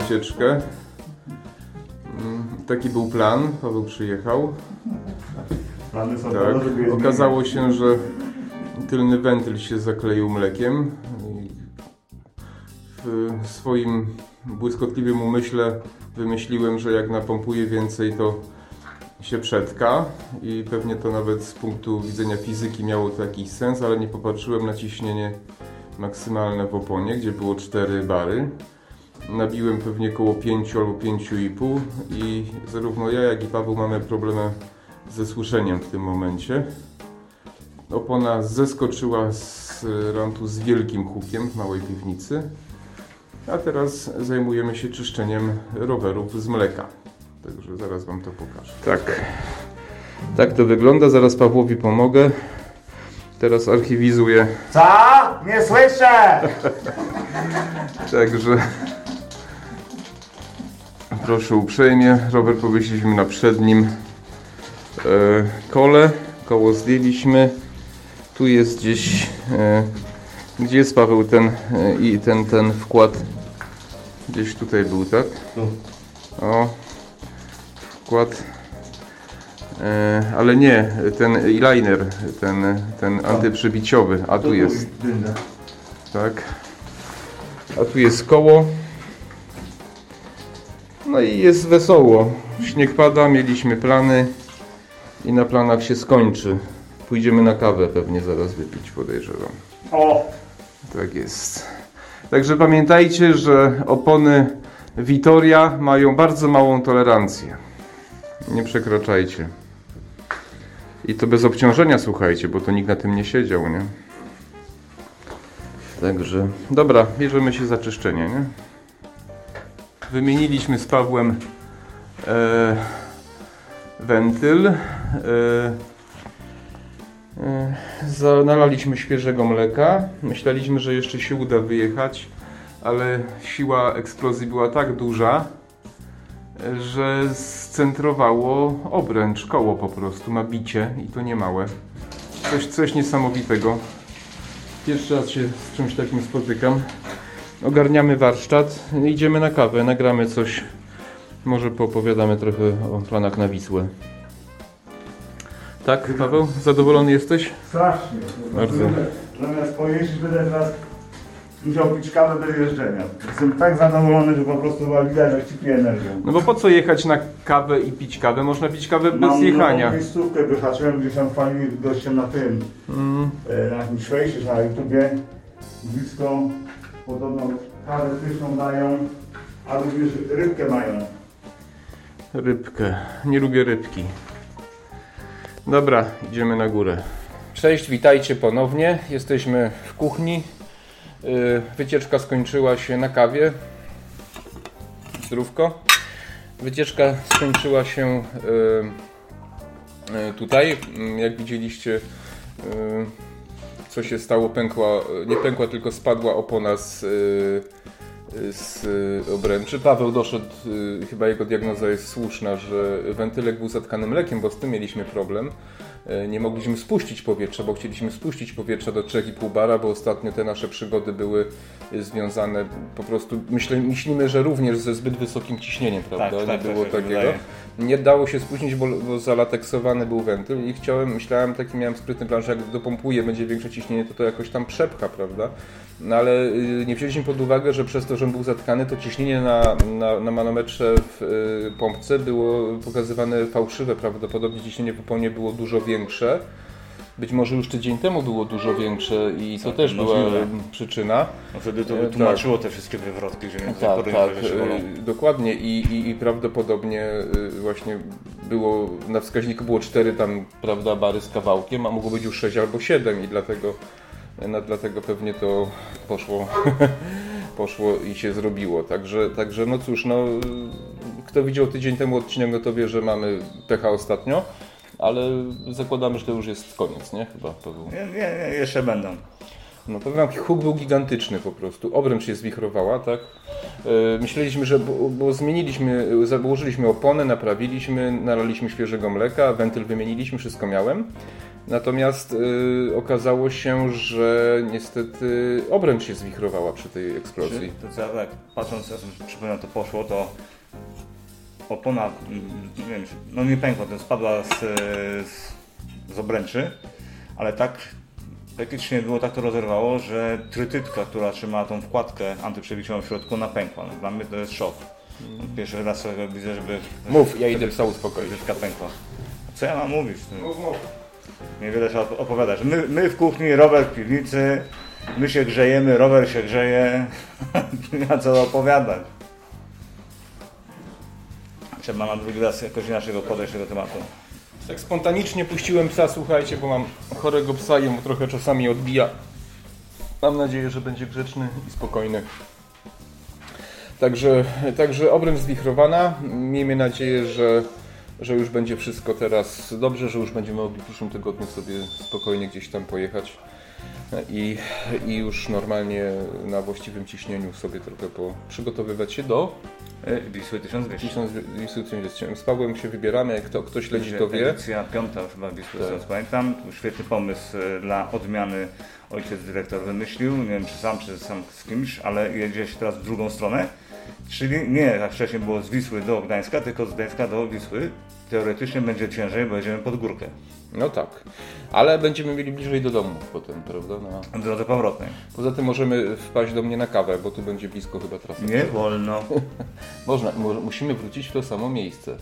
wycieczkę. Taki był plan, Paweł przyjechał. Plany są Tak. Okazało się, że tylny wentyl się zakleił mlekiem. W swoim błyskotliwym umyśle wymyśliłem, że jak napompuję więcej, to się przetka i pewnie to nawet z punktu widzenia fizyki miało to jakiś sens, ale nie popatrzyłem na ciśnienie maksymalne w oponie, gdzie było 4 bary. Nabiłem pewnie około 5 albo 5,5 i zarówno ja, jak i Paweł mamy problemy ze słyszeniem w tym momencie. Opona zeskoczyła z rantu z wielkim hukiem w małej piwnicy, a teraz zajmujemy się czyszczeniem rowerów z mleka. Także zaraz Wam to pokażę. Tak to wygląda, zaraz Pawłowi pomogę. Teraz archiwizuję. Co? Nie słyszę! Także proszę uprzejmie, rower powiesiliśmy na przednim kole, koło zdjęliśmy. Tu jest gdzieś, gdzie jest Paweł ten wkład? Gdzieś tutaj był, tak? O, wkład, ale nie, ten e-liner, ten antyprzybiciowy, a tu jest, tak, a tu jest koło, no i jest wesoło, śnieg pada, mieliśmy plany i na planach się skończy, pójdziemy na kawę pewnie zaraz wypić, podejrzewam. O! Tak jest. Także pamiętajcie, że opony Vittoria mają bardzo małą tolerancję. Nie przekraczajcie. I to bez obciążenia, słuchajcie, bo to nikt na tym nie siedział, nie? Także, dobra, bierzemy się za czyszczenie, nie? Wymieniliśmy z Pawłem wentyl. Nalaliśmy świeżego mleka. Myśleliśmy, że jeszcze się uda wyjechać, ale siła eksplozji była tak duża, że scentrowało obręcz, koło po prostu, ma bicie i to nie małe. Coś niesamowitego. Pierwszy raz się z czymś takim spotykam. Ogarniamy warsztat, idziemy na kawę, nagramy coś. Może poopowiadamy trochę o planach na Wisłę. Tak, Paweł? Zadowolony jesteś? Strasznie. Bardzo. Zamiast pojeździć, będę teraz musiał pić kawę bez jeżdżenia. Jestem tak zadowolony, że po prostu widać, że ci piję energią. No bo po co jechać na kawę i pić kawę? Można pić kawę bez jechania. Mam miejscówkę, wyhaczyłem gdzieś tam fajnie gościem na tym, na jakimś fejsie, na YouTubie. Blisko, podobno kawę pyszną dają, a również rybkę mają. Rybkę. Nie lubię rybki. Dobra, idziemy na górę. Cześć, witajcie ponownie. Jesteśmy w kuchni. Wycieczka skończyła się na kawie. Zdrówko. Wycieczka skończyła się tutaj. Jak widzieliście, co się stało, nie pękła, tylko spadła opona z obręczy. Paweł doszedł, chyba jego diagnoza jest słuszna, że wentylek był zatkany mlekiem, bo z tym mieliśmy problem. Nie mogliśmy spuścić powietrza, bo chcieliśmy spuścić powietrza do 3,5 bara, bo ostatnio te nasze przygody były związane po prostu, myślimy, że również ze zbyt wysokim ciśnieniem, prawda? Tak, nie było tak, takiego. wydaje. Nie dało się spuścić, bo zalateksowany był wentyl i myślałem, miałem sprytny plan, że jak dopompuję, będzie większe ciśnienie, to jakoś tam przepcha, prawda? No ale nie wzięliśmy pod uwagę, że przez to, że był zatkany, to ciśnienie na manometrze w pompce było pokazywane fałszywe. Prawdopodobnie ciśnienie w oponie było dużo większe. Być może już tydzień temu było dużo większe i to też była przyczyna. No wtedy to by tłumaczyło te wszystkie wywrotki, że dokładnie i prawdopodobnie właśnie było, na wskaźniku było 4 tam, prawda, bary z kawałkiem, a mogło być już 6 albo 7 i dlatego pewnie to poszło i się zrobiło. Także no cóż, no, kto widział tydzień temu odcinek, no to wie, że mamy pecha ostatnio, ale zakładamy, że to już jest koniec, nie? Chyba to był. Nie, jeszcze będą. No powiem, huk był gigantyczny po prostu. Obręcz się zwichrowała, tak? Myśleliśmy, że bo założyliśmy oponę, naprawiliśmy, nalaliśmy świeżego mleka, wentyl wymieniliśmy, wszystko miałem. Natomiast okazało się, że niestety obręcz się zwichrowała przy tej eksplozji. To co, tak, patrząc, przypomnę, to poszło, to opona, nie wiem, no nie pękła, to spadła z obręczy, ale tak praktycznie było, tak to rozerwało, że trytytka, która trzymała tą wkładkę antyprzewiciową w środku, ona pękła. No, dla mnie to jest szok. Pierwszy raz sobie widzę, żeby... Mów, ja idę psa uspokoić. Trytytka pękła. Co ja mam mówić? Mów. Niewiele trzeba opowiadać. My w kuchni, Robert w piwnicy, my się grzejemy, rower się grzeje. Nie ma co opowiadać. Trzeba na drugi raz jakoś inaczej podejść do tego tematu. Tak spontanicznie puściłem psa, słuchajcie, bo mam chorego psa i mu trochę czasami odbija. Mam nadzieję, że będzie grzeczny i spokojny. Także obręcz zwihrowana. Miejmy nadzieję, że już będzie wszystko teraz dobrze, że już będziemy mogli w przyszłym tygodniu sobie spokojnie gdzieś tam pojechać i już normalnie na właściwym ciśnieniu sobie trochę przygotowywać się do Wisły 1200. Wisły 1200. Z Pawłem się wybieramy, jak kto śledzi, to wie. Edycja 5 chyba Wisły, tak. Pamiętam. Świetny pomysł dla odmiany ojciec dyrektor wymyślił, nie wiem czy sam z kimś, ale jedzie się teraz w drugą stronę. Czyli nie jak wcześniej było z Wisły do Gdańska, tylko z Gdańska do Wisły. Teoretycznie będzie ciężej, bo jedziemy pod górkę. No tak, ale będziemy mieli bliżej do domu potem, prawda? Na drodze powrotnej. Poza tym możemy wpaść do mnie na kawę, bo tu będzie blisko chyba trasy. Nie wolno. Musimy wrócić w to samo miejsce.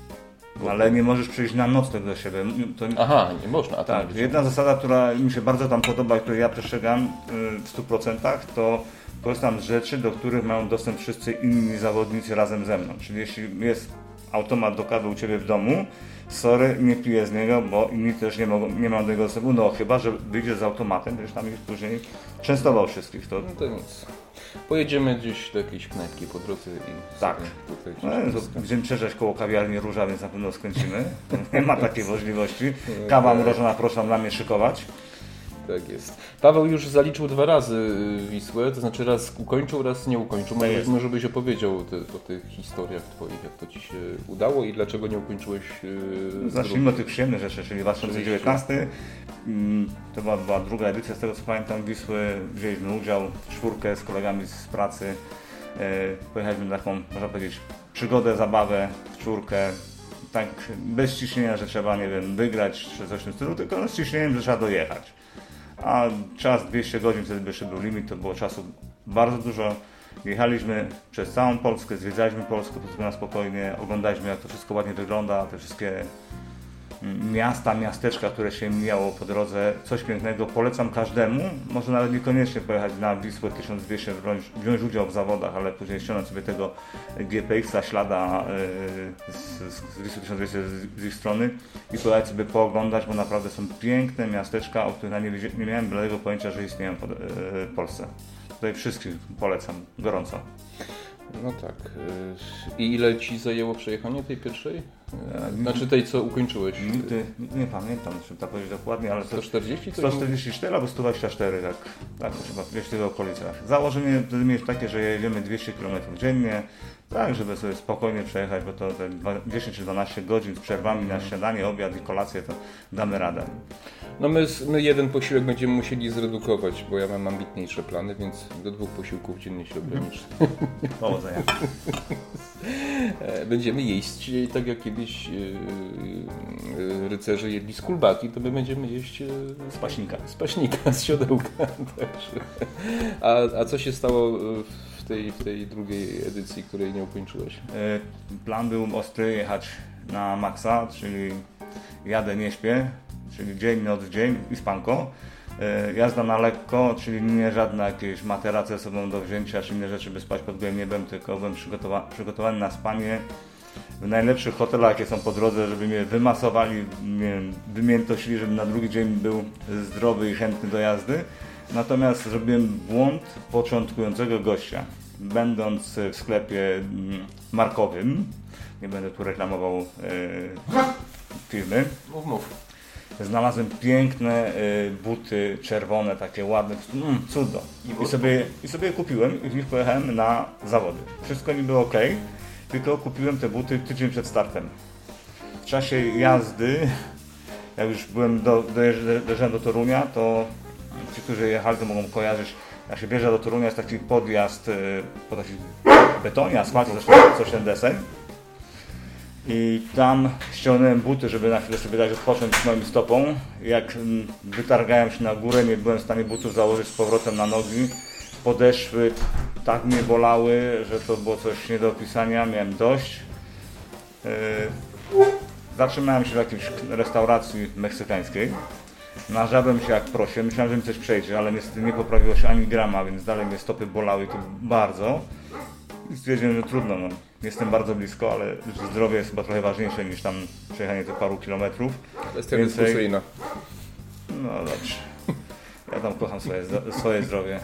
Ale nie możesz przyjść na nocleg do siebie. Aha, nie można. Tak, jedna zasada, która mi się bardzo tam podoba, której ja przestrzegam w 100%, to korzystam z rzeczy, do których mają dostęp wszyscy inni zawodnicy razem ze mną. Czyli jeśli jest automat do kawy u Ciebie w domu, sorry, nie piję z niego, bo inni też nie mają do niego dostępu, no chyba, że wyjdziesz z automatem, będziesz tam ich później częstował wszystkich. No to nic. Pojedziemy gdzieś do jakiejś knajpki po drodze i... Tak. Będziemy przejeżdżać koło kawiarni Róża, więc na pewno skręcimy. Nie ma takiej możliwości. Kawa mrożona, proszę dla mnie szykować. Tak jest. Paweł już zaliczył 2 razy Wisłę, to znaczy raz ukończył, raz nie ukończył. Może byś opowiedział o tych historiach Twoich, jak to Ci się udało i dlaczego nie ukończyłeś... Zacznijmy od tych przyjemnych rzeczy, czyli 2019. To była druga edycja, z tego co pamiętam, Wisły. Wzięliśmy udział w 4 z kolegami z pracy. Pojechaliśmy na taką, można powiedzieć, przygodę, zabawę w 4. Tak bez ciśnienia, że trzeba, nie wiem, wygrać czy coś w tym stylu, tylko z ciśnieniem, że trzeba dojechać. A czas 200 godzin, wtedy by jeszcze był limit, to było czasu bardzo dużo. Jechaliśmy przez całą Polskę, zwiedzaliśmy Polskę po prostu na spokojnie, oglądaliśmy jak to wszystko ładnie wygląda, te wszystkie miasta, miasteczka, które się mijało po drodze. Coś pięknego, polecam każdemu, może nawet niekoniecznie pojechać na Wisłę 1200, wziąć udział w zawodach, ale później ściągnąć sobie tego GPX-a, ślada z Wisły 1200 z ich strony i pojechać sobie pooglądać, bo naprawdę są piękne miasteczka, o których nie miałem bladego pojęcia, że istnieją w Polsce. Tutaj wszystkich polecam gorąco. No tak. I ile Ci zajęło przejechanie tej pierwszej? Znaczy tej, co ukończyłeś? Nie pamiętam, trzeba to powiedzieć dokładnie, ale 140? 144 albo 124, tak chyba gdzieś w tych okolicach. Założenie wtedy mieć takie, że jedziemy 200 km dziennie, tak, żeby sobie spokojnie przejechać, bo to te 10 czy 12 godzin z przerwami na śniadanie, obiad i kolację, to damy radę. No my jeden posiłek będziemy musieli zredukować, bo ja mam ambitniejsze plany, więc do 2 posiłków dziennie się ograniczę. Powodzenia. Będziemy jeść tak jak kiedyś rycerze jedli z kulbaki, to my będziemy jeść z paśnika, z siodełka. A co się stało w tej drugiej edycji, której nie ukończyłeś? Plan był ostry, jechać na maksa, czyli jadę, nie śpię, czyli dzień, noc, dzień i spanko. Jazda na lekko, czyli nie żadne jakieś materace ze sobą do wzięcia, czy inne rzeczy, by spać pod gołym niebem, tylko byłem przygotowany na spanie w najlepszych hotelach, jakie są po drodze, żeby mnie wymasowali, wymiętosili, żebym na drugi dzień był zdrowy i chętny do jazdy. Natomiast zrobiłem błąd początkującego gościa. Będąc w sklepie markowym, nie będę tu reklamował firmy, Mów. Znalazłem piękne buty czerwone, takie ładne, cudo. I sobie je kupiłem i w nich pojechałem na zawody. Wszystko mi było ok, tylko kupiłem te buty tydzień przed startem. W czasie jazdy jak już dojeżdżałem do Torunia, to ci, którzy jechali, to mogą kojarzyć, jak się bierze do Torunia, jest taki podjazd po takim betonie, asfalcie, zresztą coś ten deseń. I tam ściągnąłem buty, żeby na chwilę sobie dać odpocząć z moim stopą. Jak wytargałem się na górę, nie byłem w stanie butów założyć z powrotem na nogi. Podeszwy tak mnie bolały, że to było coś nie do opisania, miałem dość. Zatrzymałem się w jakiejś restauracji meksykańskiej. Nażarłem się jak prosię, myślałem, że mi coś przejdzie, ale niestety nie poprawiło się ani grama, więc dalej mnie stopy bolały i to bardzo. I stwierdziłem, że trudno, no. Jestem bardzo blisko, ale zdrowie jest chyba trochę ważniejsze niż tam przejechanie tych paru kilometrów. Kwestia dyskusyjna. No dobrze. Ja tam kocham swoje zdrowie.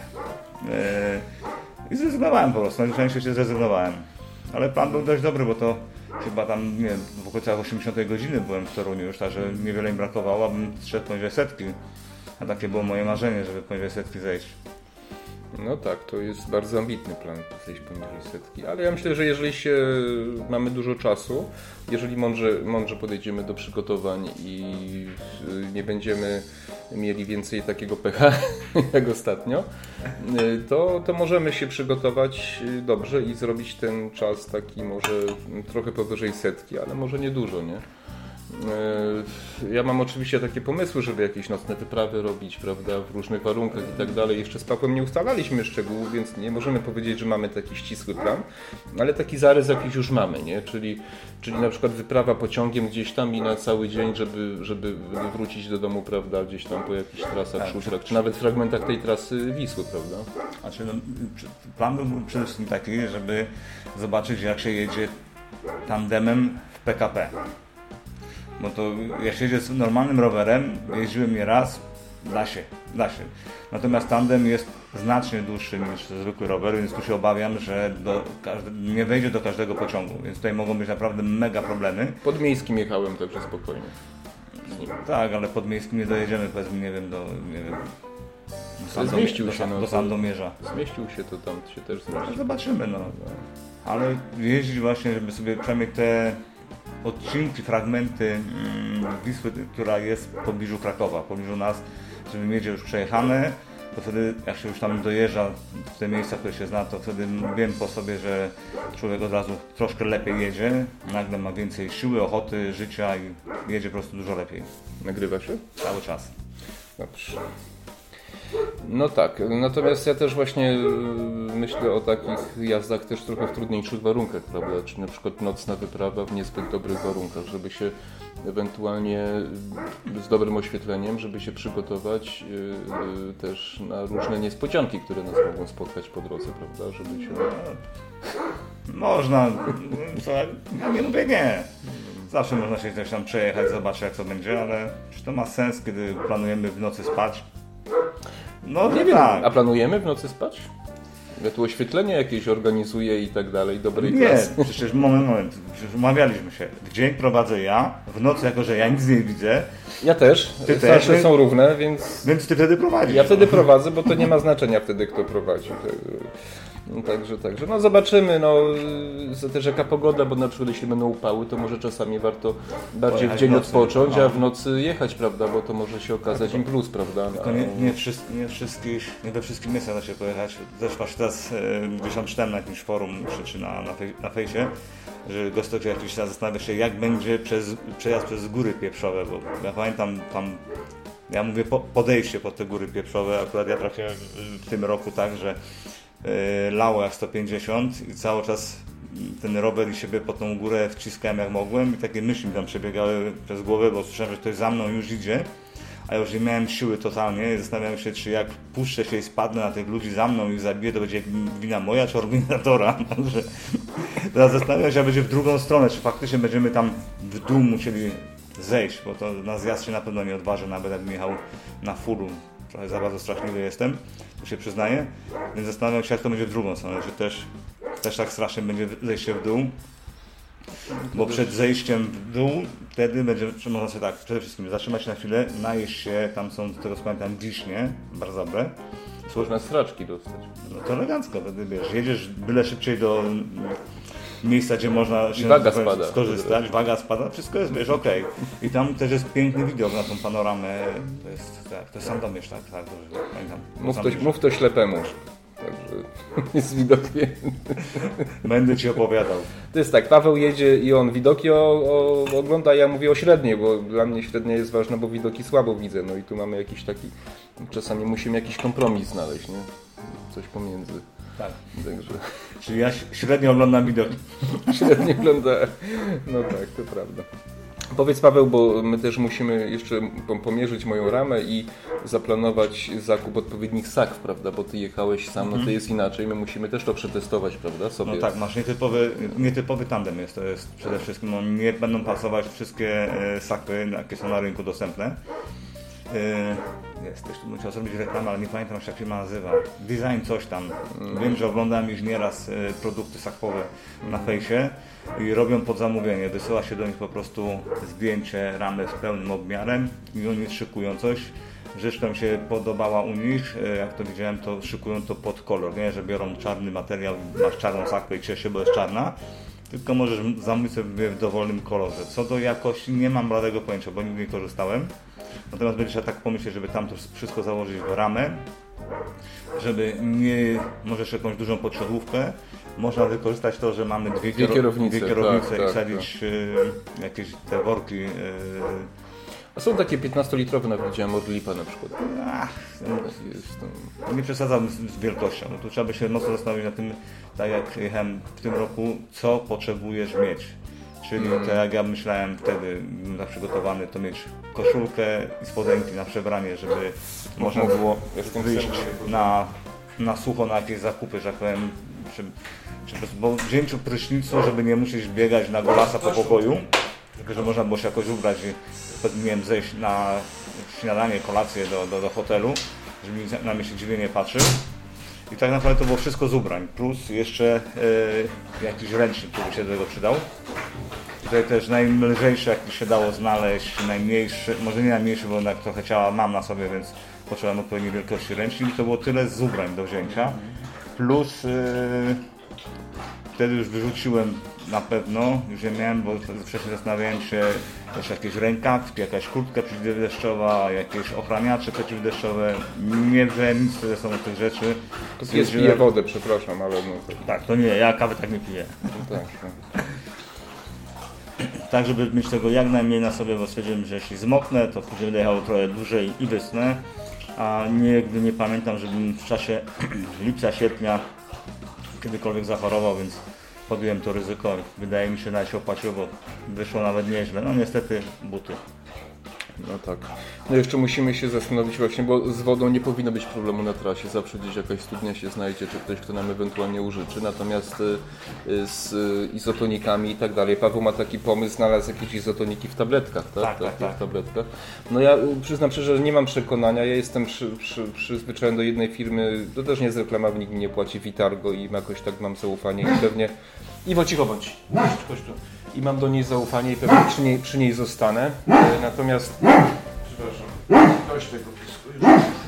I zrezygnowałem po prostu, najczęściej się zrezygnowałem. Ale plan był dość dobry, bo to chyba tam, nie wiem, w okolicach 80 godziny byłem w Toruniu już, także niewiele mi brakowało, abym zszedł poniżej setki. A takie było moje marzenie, żeby poniżej setki zejść. No tak, to jest bardzo ambitny plan, zejść poniżej setki, ale ja myślę, że jeżeli mamy dużo czasu, jeżeli mądrze podejdziemy do przygotowań i nie będziemy mieli więcej takiego pecha jak ostatnio, to możemy się przygotować dobrze i zrobić ten czas taki może trochę powyżej setki, ale może nie dużo, nie? Ja mam oczywiście takie pomysły, żeby jakieś nocne wyprawy robić, prawda, w różnych warunkach i tak dalej. Jeszcze z Pawłem nie ustalaliśmy szczegółów, więc nie możemy powiedzieć, że mamy taki ścisły plan, ale taki zarys jakiś już mamy, nie? Czyli na przykład wyprawa pociągiem gdzieś tam i na cały dzień, żeby wrócić do domu, prawda, gdzieś tam po jakichś trasach, szlakach, czy nawet fragmentach tej trasy Wisły, prawda? Znaczy, no, plan był przede wszystkim taki, żeby zobaczyć, jak się jedzie tandemem w PKP. Bo to jak się jedzie z normalnym rowerem, jeździłem je raz, da się. Natomiast tandem jest znacznie dłuższy niż zwykły rower, więc tu się obawiam, że nie wejdzie do każdego pociągu, więc tutaj mogą być naprawdę mega problemy. Podmiejskim jechałem także spokojnie. Tak, ale podmiejskim nie dojedziemy, powiedzmy, nie wiem, do Sandomierza. Zmieścił się, to tam się też zmieścił. Zobaczymy, no. Ale jeździć właśnie, żeby sobie przynajmniej te odcinki, fragmenty Wisły, która jest w pobliżu Krakowa, w pobliżu nas, żeby mieć już przejechane, to wtedy jak się już tam dojeżdża w te miejsca, które się zna, to wtedy wiem po sobie, że człowiek od razu troszkę lepiej jedzie, nagle ma więcej siły, ochoty, życia i jedzie po prostu dużo lepiej. Nagrywa się? Cały czas. Dobrze. No tak, natomiast ja też właśnie myślę o takich jazdach też trochę w trudniejszych warunkach, prawda? Czy na przykład nocna wyprawa w niezbyt dobrych warunkach, żeby się ewentualnie z dobrym oświetleniem, żeby się przygotować też na różne niespodzianki, które nas mogą spotkać po drodze, prawda? Żeby się... Można, ja nie mówię nie. Zawsze można się też tam przejechać, zobaczyć jak to będzie, ale czy to ma sens, kiedy planujemy w nocy spać? No nie wiem, tak. A planujemy w nocy spać? Ja tu oświetlenie jakieś organizuję i tak dalej, dobrej klasy. Nie, przecież moment, przecież umawialiśmy się. W dzień prowadzę ja, w nocy jako, że ja nic nie widzę. Ja też, starsze są równe, więc... Więc ty wtedy prowadzisz. Ja wtedy prowadzę, bo to nie ma znaczenia wtedy, kto prowadzi. No, także. No zobaczymy, no też jaka pogoda, bo na przykład jeśli będą upały, to może czasami warto bardziej w dzień odpocząć, a w nocy jechać, prawda, bo to może się okazać im plus, prawda. Tylko nie we wszystkich miejscach da się pojechać. Też właśnie teraz gdzieś tam czytałem na jakimś forum czy na fejsie, że gość jakiś raz zastanawia się, jak będzie przejazd przez góry pieprzowe, bo ja pamiętam tam, ja mówię podejście pod te góry pieprzowe, akurat ja trafiłem w tym roku tak, że lało jak 150 i cały czas ten rower i siebie po tą górę wciskałem jak mogłem i takie myśli mi tam przebiegały przez głowę, bo słyszałem, że ktoś za mną już idzie, a ja już nie miałem siły totalnie i zastanawiałem się, czy jak puszczę się i spadnę na tych ludzi za mną i zabiję, to będzie wina moja czy organizatora. Także teraz zastanawiam się, jak będzie w drugą stronę, czy faktycznie będziemy tam w dół musieli zejść, bo to na zjazd się na pewno nie odważę, nawet jakbym jechał na fullu. Trochę za bardzo straszliwy jestem, to się przyznaję, więc zastanawiam się, jak to będzie w drugą stronę, czy też tak strasznie będzie zejście w dół, bo przed zejściem w dół wtedy będzie, można sobie tak, przede wszystkim zatrzymać się na chwilę, najeść się, tam są, z tego co pamiętam, wiśnie, bardzo dobre. Można straczki dostać. No to elegancko, wtedy wiesz, jedziesz byle szybciej miejsca, gdzie można się skorzystać, waga spada, wszystko jest, wiesz, okej. I tam też jest piękny widok na tą panoramę, to jest Sandomierz, tak, dobrze pamiętam. Mów to ślepemu. Także jest widocznie. Będę ci opowiadał. To jest tak, Paweł jedzie i on widoki ogląda, ja mówię o średniej, bo dla mnie średnia jest ważna, bo widoki słabo widzę. No i tu mamy jakiś taki, czasami musimy jakiś kompromis znaleźć, nie? Coś pomiędzy. Tak. Także... Czyli ja średnio oglądam widoki. Średnio ogląda, no tak, to prawda. Powiedz, Paweł, bo my też musimy jeszcze pomierzyć moją ramę i zaplanować zakup odpowiednich sakw, prawda? Bo ty jechałeś sam, no to jest inaczej, my musimy też to przetestować, prawda? Sobie. No tak, masz nietypowy tandem jest, to jest przede wszystkim, no, nie będą pasować wszystkie sakwy, jakie są na rynku dostępne. Też tu musiał zrobić reklamę, ale nie pamiętam jak się nazywa. Design coś tam. Wiem, że oglądałem już nieraz produkty sakwowe na fejsie i robią pod zamówienie. Wysyła się do nich po prostu zdjęcie ramy z pełnym obmiarem i oni szykują coś. Rzecz, która mi się podobała u nich, jak to widziałem, to szykują to pod kolor, nie? Że biorą czarny materiał, masz czarną sakwę i ciesz się, bo jest czarna. Tylko możesz zamówić sobie w dowolnym kolorze. Co do jakości nie mam bladego pojęcia, bo nigdy nie korzystałem. Natomiast będziesz tak pomyśleć, żeby tam to wszystko założyć w ramę, żeby nie, możesz jakąś dużą podszedłówkę, można wykorzystać to, że mamy dwie kierownice i sadzić jakieś te worki. A są takie 15-litrowe, nawet widziałem od Lipa na przykład. Nie przesadzam z wielkością. No tu trzeba by się mocno zastanowić na tym, tak jak jechałem w tym roku, co potrzebujesz mieć. Czyli tak jak ja myślałem wtedy, na przygotowany, to mieć koszulkę i spodenki na przebranie, żeby można było wyjść na sucho na jakieś zakupy, że tak powiem, bo w wzięciu prysznicu, żeby nie musieć biegać na golasa po pokoju, tylko że można było się jakoś ubrać i nie wiem, zejść na śniadanie, kolację do hotelu, żeby nikt na mnie się dziwnie nie patrzył. I tak naprawdę to było wszystko z ubrań, plus jeszcze jakiś ręcznik, który się do tego przydał. Tutaj też najlżejszy, jaki się dało znaleźć, najmniejszy, może nie najmniejszy, bo jednak trochę ciała mam na sobie, więc potrzebowałem odpowiedniej wielkości ręcznik. To było tyle z ubrań do wzięcia. Plus wtedy już wyrzuciłem na pewno, już je miałem, bo wcześniej zastanawiałem się, jeszcze jakieś rękawki, jakaś kurtka przeciwdeszczowa, jakieś ochraniacze przeciwdeszczowe. Nie wiem nic, które są od tych rzeczy. Pies pije wodę, przepraszam, ale no... Tak, to nie, ja kawy tak nie piję. No tak. Tak, żeby mieć tego jak najmniej na sobie, bo stwierdziłem, że jeśli zmoknę, to później będę jechał trochę dłużej i wysnę. A nigdy nie pamiętam, żebym w czasie lipca, sierpnia kiedykolwiek zachorował, więc podjąłem to ryzyko. Wydaje mi się, że się opłaciło, bo wyszło nawet nieźle. No niestety buty. No tak. No jeszcze musimy się zastanowić właśnie, bo z wodą nie powinno być problemu na trasie. Zawsze gdzieś jakaś studnia się znajdzie, czy ktoś, kto nam ewentualnie użyczy. Natomiast z izotonikami i tak dalej. Paweł ma taki pomysł, znalazł jakieś izotoniki w tabletkach, tak? Tak. W tabletkach. No ja przyznam szczerze, że nie mam przekonania. Ja jestem przyzwyczajony do jednej firmy, to też nie jest reklama, nikt mi nie płaci, Vitargo, i jakoś tak mam zaufanie i pewnie... Iwo, cicho bądź. Chodź tu. I mam do niej zaufanie i pewnie przy niej zostanę. Natomiast... Przepraszam. Dość tego pisku.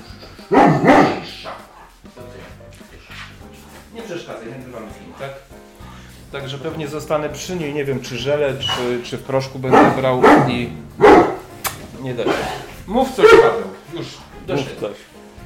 Nie przeszkadzaj, nagrywamy film, tak? Także pewnie zostanę przy niej, nie wiem czy żelę, czy w proszku będę brał i... Nie da się. Mów coś, Paweł. Już. Mów coś.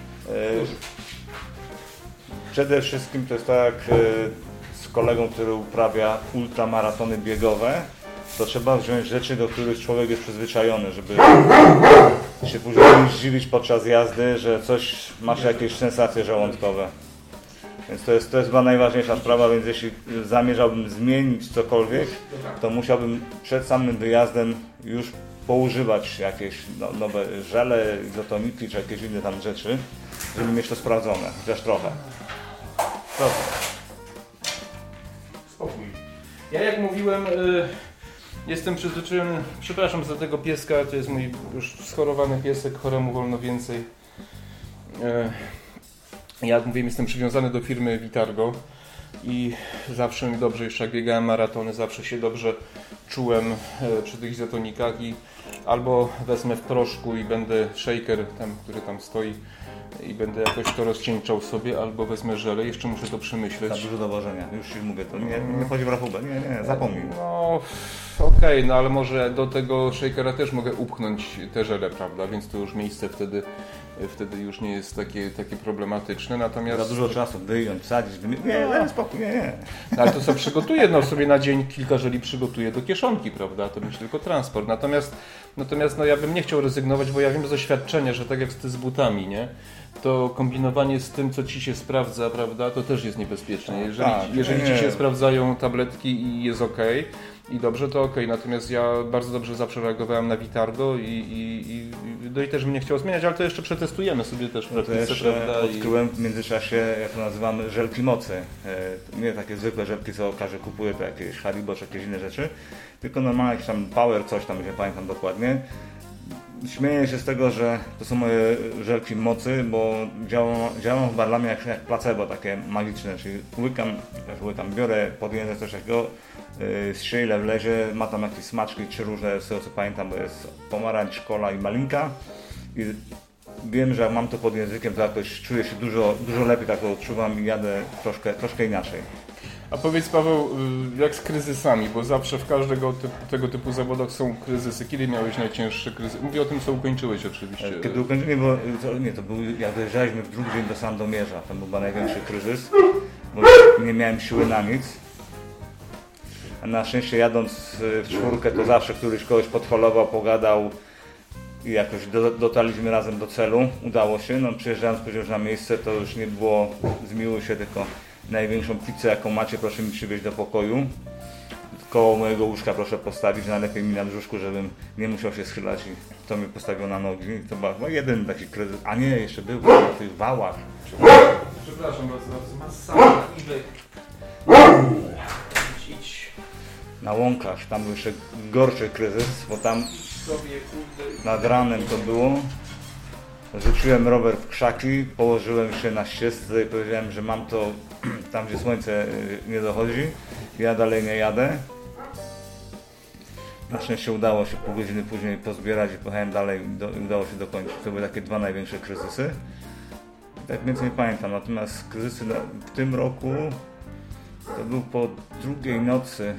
Przede wszystkim to jest tak... z kolegą, który uprawia ultramaratony biegowe, to trzeba wziąć rzeczy, do których człowiek jest przyzwyczajony, żeby się później nie zdziwić podczas jazdy, że coś masz jakieś sensacje żołądkowe. Więc to jest chyba najważniejsza sprawa, więc jeśli zamierzałbym zmienić cokolwiek, to musiałbym przed samym wyjazdem już poużywać jakieś nowe żele, izotoniki czy jakieś inne tam rzeczy, żeby mieć to sprawdzone, chociaż trochę. Proszę. Spokój. Ja jak mówiłem, jestem przyzwyczajony, przepraszam za tego pieska, to jest mój już schorowany piesek, choremu wolno więcej. Ja jak mówiłem, jestem przywiązany do firmy Vitargo i zawsze mi dobrze, jeszcze jak biegałem maratony, zawsze się dobrze czułem przy tych izotonikach i albo wezmę w proszku i będę shaker, który tam stoi, i będę jakoś to rozcieńczał sobie, albo wezmę żelę, jeszcze muszę to przemyśleć. Za dużo dowożenia, już Ci mówię, to nie chodzi w rachubę, nie, zapomnij. No okej, no ale może do tego shakera też mogę upchnąć te żele, prawda, więc to już miejsce wtedy już nie jest takie problematyczne, natomiast... Za dużo czasu wyjąć, sadzić, nie, spokój, nie. No, ale to co przygotuję, no sobie na dzień kilka żeli przygotuję do kieszonki, prawda, to będzie tylko transport, natomiast no ja bym nie chciał rezygnować, bo ja wiem z doświadczenia, że tak jak z butami, nie? To kombinowanie z tym, co Ci się sprawdza, prawda, to też jest niebezpieczne. Jeżeli Ci się sprawdzają tabletki i jest ok, i dobrze, to ok. Natomiast ja bardzo dobrze zawsze reagowałem na Vitargo i też bym nie chciał zmieniać, ale to jeszcze przetestujemy sobie też w praktyce, prawda? Odkryłem w międzyczasie, jak to nazywamy, żelki mocy. Nie takie zwykłe żelki, co każdy kupuje, to jakieś Haribo czy jakieś inne rzeczy, tylko normalnie jakiś tam Power, coś tam, nie pamiętam dokładnie. Śmieję się z tego, że to są moje żelki mocy, bo działają chyba dla mnie jak placebo, takie magiczne, czyli łykam, biorę, podjęcie coś takiego, strzelę w lezie, ma tam jakieś smaczki, 3 różne, z tego co pamiętam, bo jest pomarańcz, kola i malinka i wiem, że jak mam to pod językiem, to jakoś czuję się dużo lepiej, tak to odczuwam i jadę troszkę inaczej. A powiedz, Paweł, jak z kryzysami, bo zawsze w każdego tego typu zawodach są kryzysy. Kiedy miałeś najcięższy kryzys? Mówię o tym, co ukończyłeś oczywiście. Kiedy ukończyłem, to był, jak dojeżdżaliśmy w drugi dzień do Sandomierza, to był chyba największy kryzys, bo nie miałem siły na nic. A na szczęście jadąc w czwórkę, to zawsze któryś kogoś podholował, pogadał i jakoś dotarliśmy razem do celu. Udało się. No, przyjeżdżając później już na miejsce, to już nie było zmiłuj się, tylko największą pizzę, jaką macie, proszę mi przywieźć do pokoju. Koło mojego łóżka proszę postawić, najlepiej mi na brzuszku, żebym nie musiał się schylać i to mnie postawiło na nogi. To był jeden taki kryzys. A nie, jeszcze był na tych wałach. Przepraszam bardzo, masakra, idź. Na łąkach, tam był jeszcze gorszy kryzys, bo tam nad ranem to było. Rzuciłem rower w krzaki, położyłem się na ścieżce i powiedziałem, że mam to tam, gdzie słońce nie dochodzi. Ja dalej nie jadę. Na szczęście udało się pół godziny później pozbierać i pojechałem dalej i udało się dokończyć. To były takie 2 największe kryzysy. I tak więcej nie pamiętam, natomiast kryzysy w tym roku to był po drugiej nocy,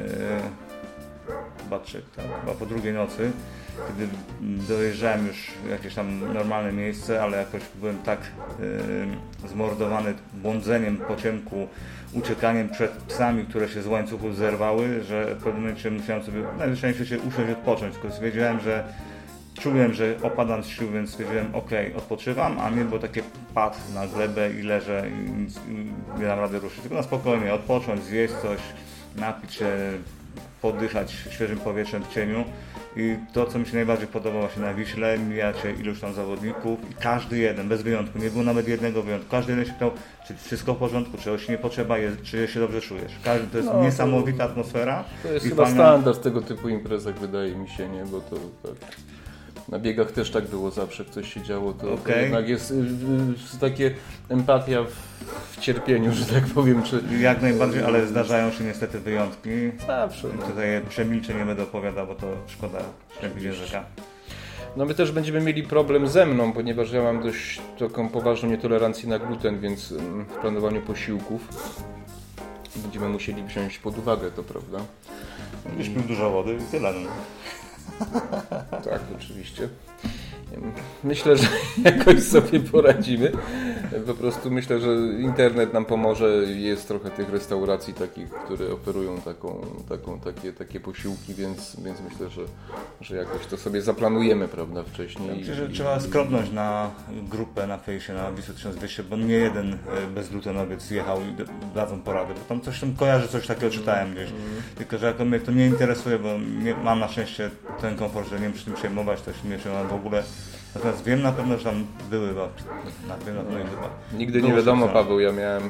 chyba po drugiej nocy, kiedy dojeżdżałem już w jakieś tam normalne miejsce, ale jakoś byłem tak zmordowany błądzeniem po ciemku, uciekaniem przed psami, które się z łańcuchów zerwały, że w pewnym momencie musiałem sobie najzwyczajniej w świecie usiąść i odpocząć, tylko wiedziałem, że czułem, że opadam z sił, więc stwierdziłem, odpoczywam, a nie było takie pad na glebę i leżę i nie dam rady ruszyć, tylko na spokojnie odpocząć, zjeść coś, napić się, poddychać świeżym powietrzem w cieniu. I to, co mi się najbardziej podobało właśnie na Wiśle, mijacie iluś tam zawodników i każdy jeden, bez wyjątku, nie było nawet jednego wyjątku, każdy jeden się pytał, czy wszystko w porządku, czy nie potrzeba, czy się dobrze czujesz. To jest niesamowita atmosfera. To jest chyba standard tego typu imprezach, wydaje mi się, nie? Bo to tak... Na biegach też tak było zawsze, coś się działo, to jednak jest takie empatia w cierpieniu, że tak powiem. Jak najbardziej, ale zdarzają się niestety wyjątki. Zawsze. Tutaj przemilczę, nie będę opowiadał, bo to szkoda szczępić języka. No my też będziemy mieli problem ze mną, ponieważ ja mam dość taką poważną nietolerancję na gluten, więc w planowaniu posiłków będziemy musieli wziąć pod uwagę to, prawda? Byś pił dużo wody i tyle. Tak, oczywiście. Myślę, że jakoś sobie poradzimy. Po prostu myślę, że internet nam pomoże. Jest trochę tych restauracji takich, które oferują takie posiłki, więc myślę, że jakoś to sobie zaplanujemy, prawda, wcześniej. Myślę, że trzeba skropnąć na grupę na fejsie, na Wisłę 1200, bo nie jeden bezglutenowiec jechał i dadzą porady, bo tam coś tam kojarzy, coś takiego czytałem gdzieś. Tylko, że jako mnie to nie interesuje, bo mam na szczęście ten komfort, że nie muszę tym przejmować, to się nie przejmować w ogóle. Natomiast wiem na pewno, że tam były chyba. Nigdy nie wiadomo, Paweł, ja miałem,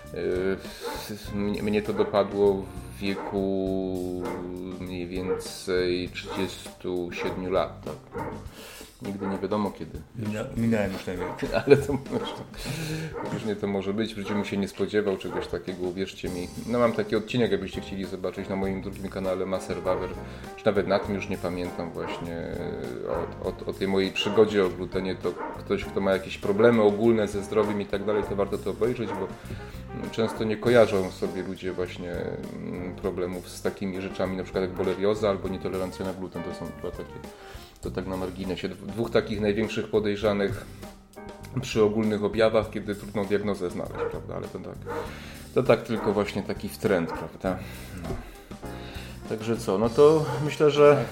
mnie to dopadło w wieku mniej więcej 37 lat, tak. Nigdy nie wiadomo kiedy. Minąłem już najmniej. Ale to różnie to może być. W życiu bym się nie spodziewał czegoś takiego, uwierzcie mi. No mam taki odcinek, jakbyście chcieli zobaczyć na moim drugim kanale Maser Wawer. Czy nawet na tym już nie pamiętam właśnie o tej mojej przygodzie o glutenie. To ktoś, kto ma jakieś problemy ogólne ze zdrowiem i tak dalej, to warto to obejrzeć, bo często nie kojarzą sobie ludzie właśnie problemów z takimi rzeczami, na przykład jak bolerioza albo nietolerancja na gluten. To są dwa takie, to tak na marginesie. Dwóch takich największych podejrzanych przy ogólnych objawach, kiedy trudną diagnozę znaleźć, prawda? Ale to tak tylko właśnie taki trend, prawda? No. Także co, no to myślę, że...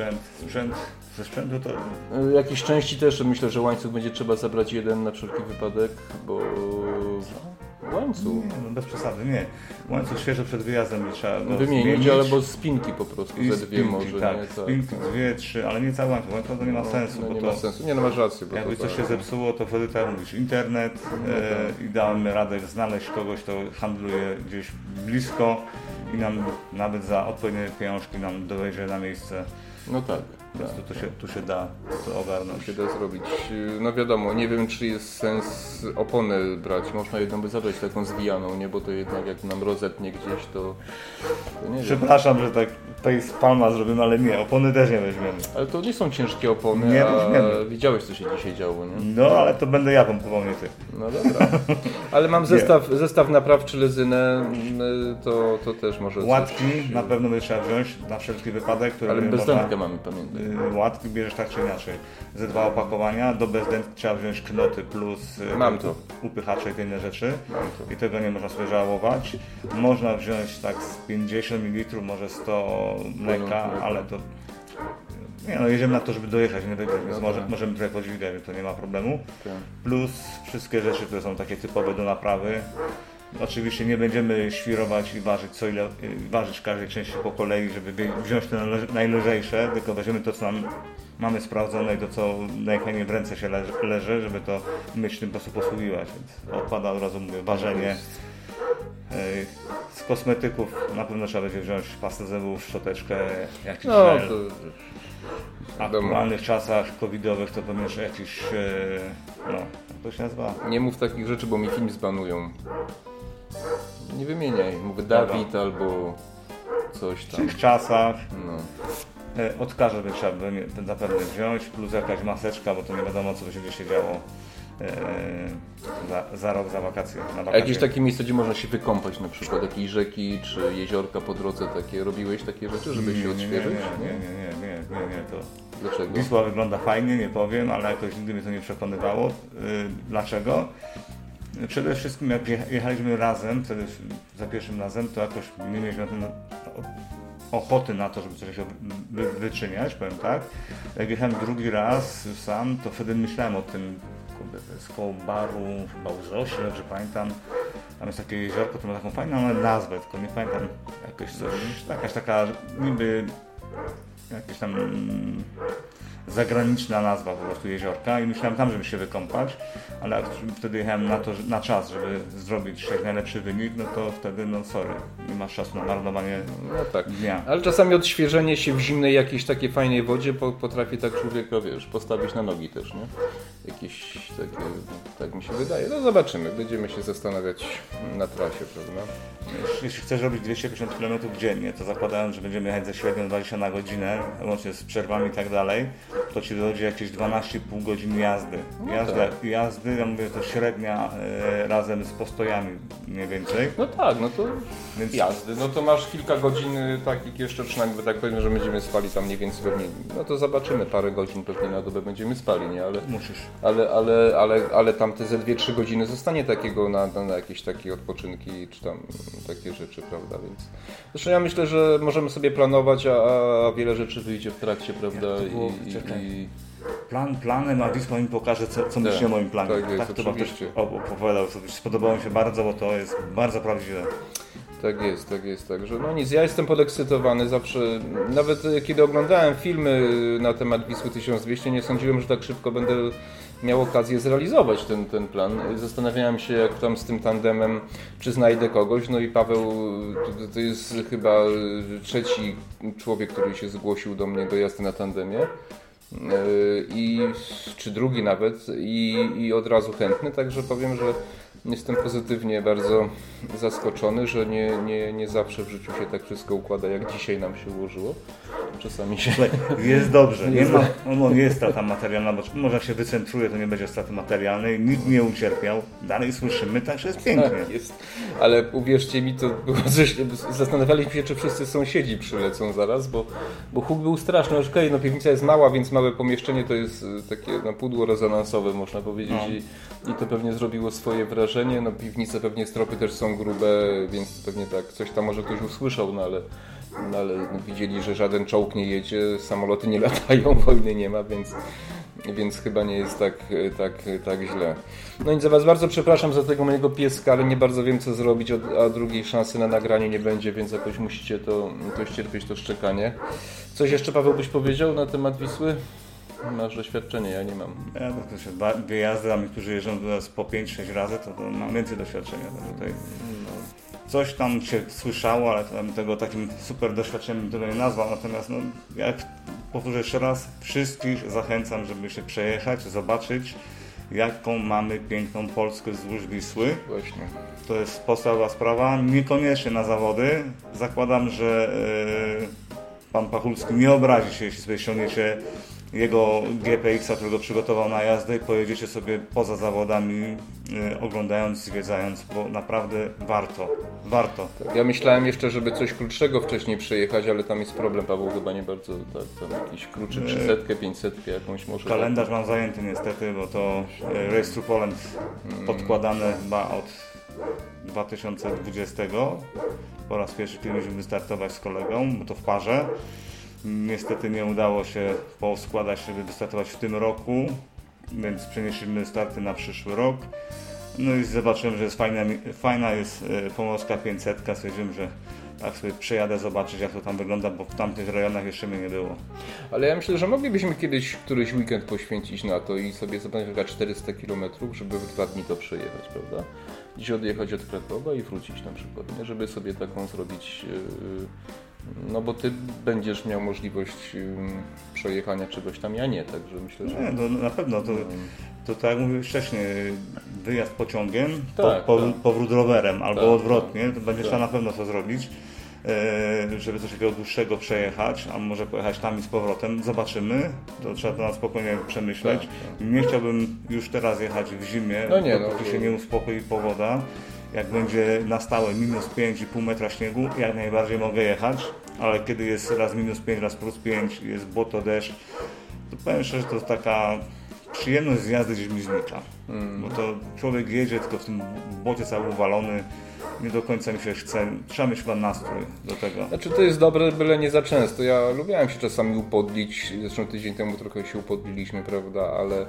Ze sprzętu to... Jakieś części też, myślę, że łańcuch będzie trzeba zabrać jeden na wszelki wypadek, bo... Łańcuch? Nie, no bez przesady, nie. Łańcuch świeżo przed wyjazdem nie trzeba go wymienić, zmienić. albo spinki po prostu, I ze dwie spinki, może. tak, Nie? spinki, tak. 2, 3, ale nie cały łańcuch. Łańcuch to nie ma sensu. No, bo nie to, ma sensu. Nie, no masz rację. Bo jakby to coś się tak, zepsuło, to wtedy tak mówisz internet i damy radę znaleźć kogoś, kto handluje gdzieś blisko i nam nawet za odpowiednie pieniążki nam dowiezie na miejsce. No tak. Po prostu tu się da to ogarnąć. Się da zrobić. No wiadomo, nie wiem, czy jest sens oponę brać. Można jedną by zabrać taką zwijaną, nie? Bo to jednak jak nam rozetnie gdzieś, to nie wiem. Przepraszam, że tak tutaj z palma zrobimy, ale nie, opony też nie weźmiemy. Ale to nie są ciężkie opony, Nie a weźmiemy. widziałeś, co się dzisiaj działo, nie? No, ale to będę ja pompował, nie ty. No dobra. Ale mam zestaw naprawczy Lezynę, to też może Łatki coś... na pewno by trzeba wziąć na wszelki wypadek. Ale bezdętkę mamy, pamiętaj. Łatki bierzesz tak czy inaczej. Ze 2 opakowania, do bezdętki trzeba wziąć knoty plus Mam to. upychacze i te inne rzeczy. Mam to. I tego nie można sobie żałować. Można wziąć tak z 50 ml, może 100 mleka, ale to... Nie no, jedziemy na to, żeby dojechać, nie wygrać, więc możemy trochę podźwigać, więc to nie ma problemu. Tak. Plus wszystkie rzeczy, które są takie typowe do naprawy. Oczywiście nie będziemy świrować i ważyć ważyć każdej części po kolei, żeby wziąć te najlżejsze, tylko weźmiemy to, co mamy sprawdzone i to, co najchętniej w ręce się leży, żeby to mieć tym po prostu posługiwać. Więc odpada od razu mówię, ważenie. Z kosmetyków na pewno trzeba będzie wziąć pastę zębów, szczoteczkę, jakiś żel. W aktualnych czasach covidowych to pewnie jeszcze jakiś, jak to się nazywa? Nie mów takich rzeczy, bo mi film zbanują. Nie wymieniaj, mówię Dawid albo coś W tam. tych czasach No. odkażę by trzeba zapewne wziąć, plus jakaś maseczka, bo to nie wiadomo, co by się gdzieś działo za rok, za wakacje. Na wakacje. A jakieś takie miejsce, gdzie można się wykąpać, na przykład jakieś rzeki czy jeziorka po drodze takie. Robiłeś takie rzeczy, żeby się odświeżyć? Nie, to... Dlaczego? Wisła wygląda fajnie, nie powiem, ale jakoś nigdy mnie to nie przekonywało. Dlaczego? Przede wszystkim jak jechaliśmy razem, wtedy za pierwszym razem, to jakoś nie mieliśmy ochoty na to, żeby coś wyczyniać, powiem tak. Jak jechałem drugi raz sam, to wtedy myślałem o tym, kurde, to jest koło baru, chyba Łzosi, dobrze pamiętam. Tam jest takie jeziorko, to ma taką fajną nazwę, tylko nie pamiętam jakoś coś, jakaś taka niby jakaś tam zagraniczna nazwa po prostu jeziorka i myślałem tam, żeby się wykąpać, ale jak wtedy jechałem na czas, żeby zrobić jak najlepszy wynik, no to wtedy, no sorry, nie masz czasu na marnowanie dnia. Ale czasami odświeżenie się w zimnej jakiejś takiej fajnej wodzie potrafi tak człowieka, wiesz, postawić na nogi też, nie? Jakieś takie, tak mi się wydaje. No zobaczymy, będziemy się zastanawiać na trasie, prawda? Jeśli chcesz robić 250 km dziennie, to zakładając, że będziemy jechać ze średnią 20 na godzinę, łącznie z przerwami i tak dalej, to ci dojdzie jakieś 12,5 godzin jazdy. Jazdy, ja mówię, to średnia razem z postojami mniej więcej. No tak, no to więc jazdy. No to masz kilka godzin takich jeszcze, przynajmniej tak powiem, że będziemy spali tam mniej więcej pewnie. No to zobaczymy, parę godzin pewnie na dobę będziemy spali, nie? Ale musisz. Ale tam te ze 2-3 godziny zostanie takiego na jakieś takie odpoczynki, czy tam takie rzeczy, prawda? Więc zresztą ja myślę, że możemy sobie planować, a wiele rzeczy wyjdzie w trakcie, prawda? Planem, a Wisła mi pokaże, co myśli o moim planie. Tak jest, to wam też opowiadał sobie. Spodobało mi się bardzo, bo to jest bardzo prawdziwe. Tak jest. Także no nic, ja jestem podekscytowany zawsze. Nawet kiedy oglądałem filmy na temat Wisły 1200, nie sądziłem, że tak szybko będę miał okazję zrealizować ten plan. Zastanawiałem się, jak tam z tym tandemem, czy znajdę kogoś. No i Paweł to jest chyba trzeci człowiek, który się zgłosił do mnie do jazdy na tandemie. czy drugi nawet i od razu chętny, także powiem, że jestem pozytywnie bardzo zaskoczony, że nie zawsze w życiu się tak wszystko układa, jak dzisiaj nam się ułożyło. Czasami się... Jest dobrze, nie jest strata materialna, bo może jak się wycentruje, to nie będzie straty materialnej, nikt nie ucierpiał, dalej słyszymy, także jest pięknie. Tak, jest. Ale uwierzcie mi, to było coś, zastanawialiśmy się, czy wszyscy sąsiedzi przylecą zaraz, bo huk był straszny. Okej, no piwnica jest mała, więc małe pomieszczenie to jest takie pudło rezonansowe, można powiedzieć, i to pewnie zrobiło swoje wrażenie. No piwnice, pewnie stropy też są grube, więc pewnie tak, coś tam może ktoś usłyszał, no ale widzieli, że żaden czołg nie jedzie, samoloty nie latają, wojny nie ma, więc chyba nie jest tak źle. No i za Was bardzo przepraszam za tego mojego pieska, ale nie bardzo wiem, co zrobić, a drugiej szansy na nagranie nie będzie, więc jakoś musicie to ścierpieć, to szczekanie. Coś jeszcze, Paweł, byś powiedział na temat Wisły? Masz doświadczenie, ja nie mam. Ja to wyjazdy, a my, którzy jeżdżą do nas po 5-6 razy, to mam więcej doświadczenia. Tutaj coś tam się słyszało, ale tego takim super doświadczeniem tego nie nazwał. Natomiast jak powtórzę jeszcze raz, wszystkich zachęcam, żeby się przejechać, zobaczyć, jaką mamy piękną Polskę wzdłuż Wisły. Właśnie. To jest podstawowa sprawa. Niekoniecznie na zawody. Zakładam, że pan Pachulski nie obrazi się, jeśli sobie ściągniecie jego GPX-a, którego przygotował na jazdę i pojedziecie sobie poza zawodami, oglądając, zwiedzając, bo naprawdę warto. Tak, ja myślałem jeszcze, żeby coś krótszego wcześniej przejechać, ale tam jest problem, Paweł chyba nie bardzo, tak, tam jakiś krótszy 300, 500 jakąś może. Kalendarz mam zajęty niestety, bo to Race to Poland podkładane chyba od 2020. Po raz pierwszy mieliśmy wystartować z kolegą, bo to w parze. Niestety nie udało się poskładać, żeby wystartować w tym roku, więc przenieśliśmy starty na przyszły rok. No i zobaczyłem, że jest fajna jest Pomorska 500. Stwierdziłem, że tak sobie przejadę zobaczyć, jak to tam wygląda, bo w tamtych rejonach jeszcze mnie nie było. Ale ja myślę, że moglibyśmy kiedyś któryś weekend poświęcić na to i sobie zobaczyć 400 km, żeby w 2 dni to przejechać, prawda? Dziś odjechać od Krakowa i wrócić na przykład, nie? Żeby sobie taką zrobić... No bo Ty będziesz miał możliwość przejechania czegoś tam, ja nie, także myślę, że... Nie, no na pewno, to tak jak mówiłem wcześniej, wyjazd pociągiem, powrót rowerem albo odwrotnie, to będzie trzeba na pewno to zrobić, żeby coś takiego dłuższego przejechać, a może pojechać tam i z powrotem, zobaczymy, to trzeba to na spokojnie przemyśleć. Nie chciałbym już teraz jechać w zimie, dopóki się nie uspokoi pogoda. Jak będzie na stałe minus 5,5 metra śniegu, jak najbardziej mogę jechać, ale kiedy jest raz minus 5, raz plus 5, jest błoto, deszcz, to powiem szczerze, że to jest taka przyjemność z jazdy gdzieś mi znika. Bo to człowiek jedzie tylko w tym błocie cały uwalony, nie do końca mi się chce, trzeba mieć chyba nastrój do tego. Znaczy to jest dobre, byle nie za często. Ja lubiłem się czasami upodlić, zresztą tydzień temu trochę się upodliliśmy, prawda,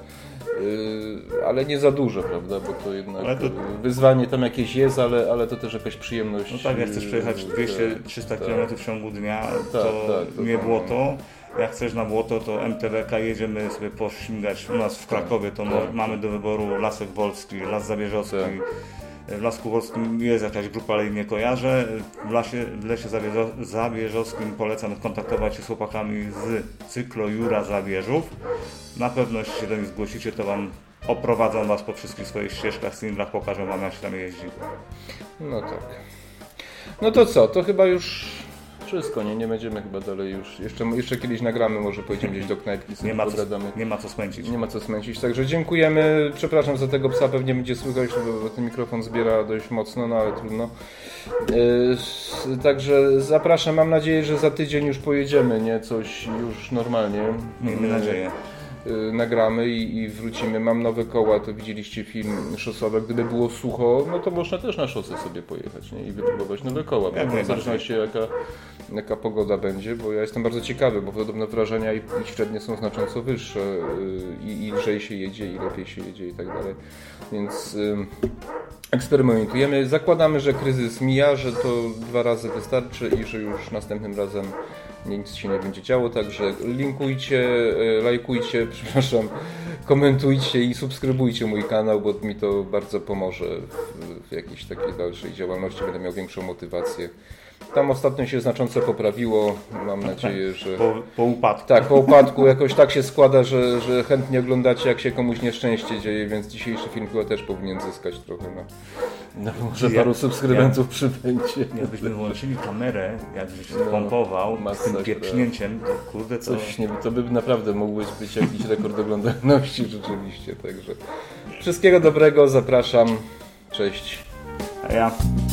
ale nie za dużo, prawda, bo to jednak wyzwanie tam jakieś jest, ale to też jakaś przyjemność. No tak, jak chcesz przejechać 200-300 km w ciągu dnia, to nie błoto. Jak chcesz na błoto, to MTBK jedziemy sobie pośmigać. U nas w Krakowie to mamy do wyboru Lasek Wolski, Las Zabierzowski. W Lasku Wolskim jest jakaś grupa, ale jej nie kojarzę. W Lesie Zabierzowskim polecam kontaktować się z chłopakami z cyklo Jura Zabierzów. Na pewno jeśli się do nich zgłosicie, to oprowadzą Was po wszystkich swoich ścieżkach, cylindrach, pokażą Wam, jak się tam jeździ. No tak. No to co? To chyba już wszystko, nie będziemy chyba dalej już. Jeszcze kiedyś nagramy, może pojedziemy gdzieś do knajpki, sobie pogadamy. Nie ma co smęcić. Nie ma co smęcić, także dziękujemy. Przepraszam za tego psa, pewnie będzie słychać, bo ten mikrofon zbiera dość mocno, no ale trudno. Także zapraszam, mam nadzieję, że za tydzień już pojedziemy, nie? Coś już normalnie. Miejmy nadzieję. Nagramy i wrócimy. Mam nowe koła, to widzieliście film szosowy. Gdyby było sucho, no to można też na szosę sobie pojechać, nie? I wypróbować nowe koła. W zależności jaka pogoda będzie, bo ja jestem bardzo ciekawy, bo podobno wrażenia i średnie są znacząco wyższe i lżej się jedzie, i lepiej się jedzie i tak dalej. Więc eksperymentujemy. Zakładamy, że kryzys mija, że to 2 razy wystarczy i że już następnym razem nic się nie będzie działo, także linkujcie, lajkujcie, komentujcie i subskrybujcie mój kanał, bo mi to bardzo pomoże w jakiejś takiej dalszej działalności, będę miał większą motywację Tam ostatnio się znacząco poprawiło. Mam nadzieję, że... Po upadku. Tak, po upadku jakoś tak się składa, że chętnie oglądacie, jak się komuś nieszczęście dzieje, więc dzisiejszy film chyba też powinien zyskać trochę może paru subskrybentów przybędzie. Jakbyśmy włączyli kamerę, jakbyś pompował z tym pieprznięciem, to kurde, to by naprawdę mógł być jakiś rekord oglądalności rzeczywiście. Także wszystkiego dobrego, zapraszam. Cześć. A ja